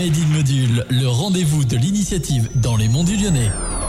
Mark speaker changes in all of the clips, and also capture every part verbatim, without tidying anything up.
Speaker 1: Made in Module, le rendez-vous de l'initiative dans les monts du Lyonnais.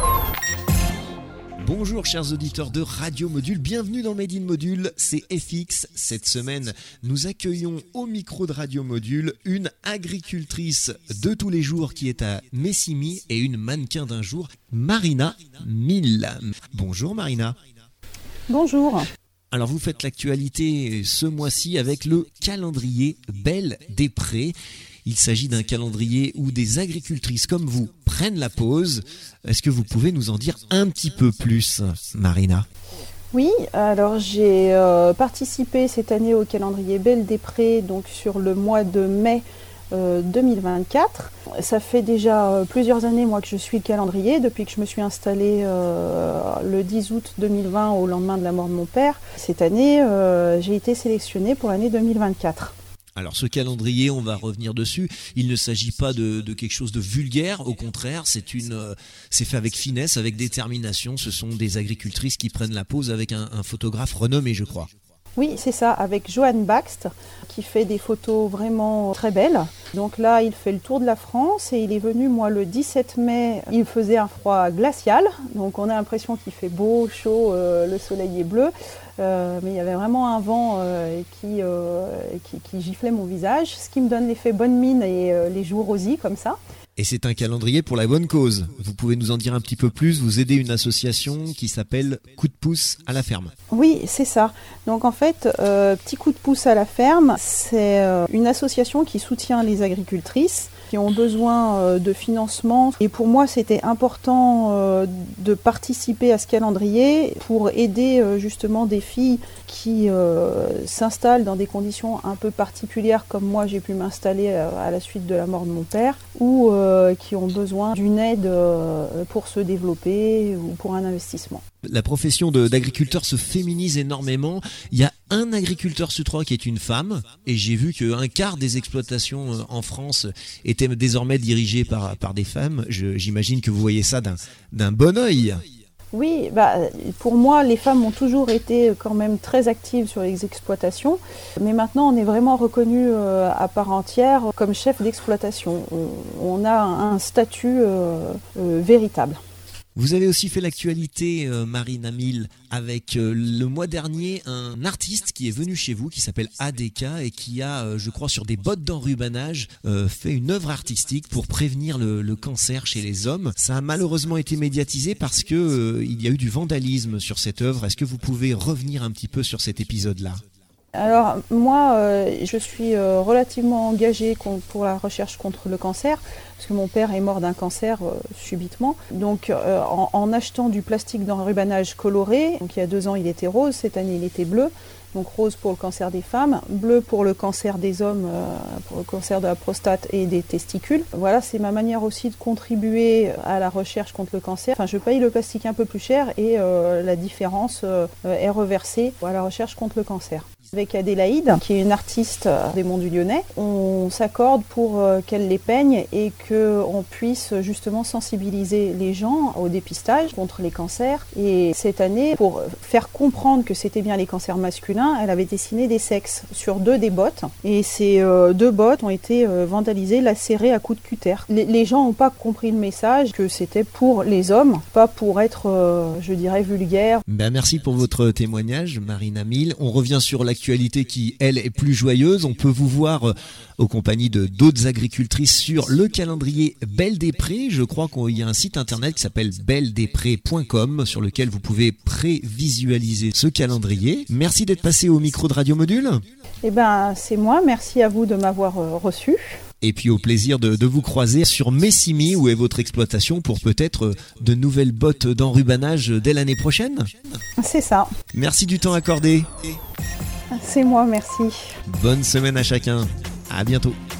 Speaker 2: Bonjour chers auditeurs de Radio Module, bienvenue dans Made in Module, c'est F X. Cette semaine, nous accueillons au micro de Radio Module une agricultrice de tous les jours qui est à Messimy et une mannequin d'un jour, Marina Mille. Bonjour Marina.
Speaker 3: Bonjour.
Speaker 2: Alors vous faites l'actualité ce mois-ci avec le calendrier Belle des Prés. Il s'agit d'un calendrier où des agricultrices comme vous prennent la pause. Est-ce que vous pouvez nous en dire un petit peu plus, Marina ?
Speaker 3: Oui, alors j'ai euh, participé cette année au calendrier Belle des Prés, donc sur le mois de mai euh, deux mille vingt-quatre. Ça fait déjà euh, plusieurs années moi que je suis le calendrier, depuis que je me suis installée euh, le dix août deux mille vingt au lendemain de la mort de mon père. Cette année, euh, j'ai été sélectionnée pour l'année deux mille vingt-quatre.
Speaker 2: Alors ce calendrier, on va revenir dessus, il ne s'agit pas de, de quelque chose de vulgaire, au contraire, c'est, une, euh, c'est fait avec finesse, avec détermination, ce sont des agricultrices qui prennent la pause avec un, un photographe renommé, je crois.
Speaker 3: Oui, c'est ça, avec Johan Baxt, qui fait des photos vraiment très belles. Donc là, il fait le tour de la France et il est venu, moi, le dix-sept mai, il faisait un froid glacial, donc on a l'impression qu'il fait beau, chaud, euh, le soleil est bleu. Euh, mais il y avait vraiment un vent euh, qui, euh, qui, qui giflait mon visage, ce qui me donne l'effet bonne mine et euh, les joues rosies comme ça.
Speaker 2: Et c'est un calendrier pour la bonne cause. Vous pouvez nous en dire un petit peu plus, vous aidez une association qui s'appelle Coup de pouce à la ferme.
Speaker 3: Oui, c'est ça. Donc en fait, euh, Petit coup de pouce à la ferme, c'est euh, une association qui soutient les agricultrices qui ont besoin euh, de financement. Et pour moi, c'était important euh, de participer à ce calendrier pour aider euh, justement des filles qui euh, s'installent dans des conditions un peu particulières, comme moi j'ai pu m'installer euh, à la suite de la mort de mon père, ou euh, qui ont besoin d'une aide euh, pour se développer ou pour un investissement.
Speaker 2: La profession de, d'agriculteur se féminise énormément. Il y a un agriculteur sur trois qui est une femme, et j'ai vu qu'un quart des exploitations en France étaient désormais dirigées par, par des femmes. Je, j'imagine que vous voyez ça d'un, d'un bon œil.
Speaker 3: Oui, bah, pour moi, les femmes ont toujours été quand même très actives sur les exploitations, mais maintenant on est vraiment reconnu euh, à part entière comme chef d'exploitation. On, on a un statut euh, euh, véritable.
Speaker 2: Vous avez aussi fait l'actualité, euh, Marina Mille, avec euh, le mois dernier un artiste qui est venu chez vous, qui s'appelle A D K et qui a, euh, je crois, sur des bottes d'enrubanage, euh, fait une œuvre artistique pour prévenir le, le cancer chez les hommes. Ça a malheureusement été médiatisé parce que euh, il y a eu du vandalisme sur cette œuvre. Est-ce que vous pouvez revenir un petit peu sur cet épisode-là ?
Speaker 3: Alors moi, euh, je suis euh, relativement engagée con- pour la recherche contre le cancer, parce que mon père est mort d'un cancer euh, subitement. Donc euh, en, en achetant du plastique d'enrubanage coloré, donc il y a deux ans il était rose, cette année il était bleu. Donc rose pour le cancer des femmes, bleu pour le cancer des hommes, euh, pour le cancer de la prostate et des testicules. Voilà, c'est ma manière aussi de contribuer à la recherche contre le cancer. Enfin, je paye le plastique un peu plus cher et euh, la différence euh, est reversée à la recherche contre le cancer. Avec Adélaïde, qui est une artiste des Monts du Lyonnais, on s'accorde pour euh, qu'elle les peigne et qu'on puisse justement sensibiliser les gens au dépistage contre les cancers. Et cette année, pour faire comprendre que c'était bien les cancers masculins, elle avait dessiné des sexes sur deux des bottes. Et ces euh, deux bottes ont été euh, vandalisées, lacérées à coups de cutter. Les, les gens n'ont pas compris le message que c'était pour les hommes, pas pour être, euh, je dirais, vulgaire.
Speaker 2: Ben merci pour votre témoignage, Marina Mille. On revient sur l'actualité qui, elle, est plus joyeuse. On peut vous voir euh, aux compagnies de d'autres agricultrices sur le calendrier Belle des Prés. Je crois qu'il y a un site internet qui s'appelle belle des prés point com sur lequel vous pouvez prévisualiser ce calendrier. Merci d'être passé au micro de Radio Module.
Speaker 3: Eh ben, c'est moi. Merci à vous de m'avoir euh, reçu.
Speaker 2: Et puis au plaisir de, de vous croiser sur Messimy, où est votre exploitation, pour peut-être de nouvelles bottes d'enrubanage dès l'année prochaine.
Speaker 3: C'est ça.
Speaker 2: Merci du temps accordé.
Speaker 3: C'est moi, merci.
Speaker 2: Bonne semaine à chacun. À bientôt.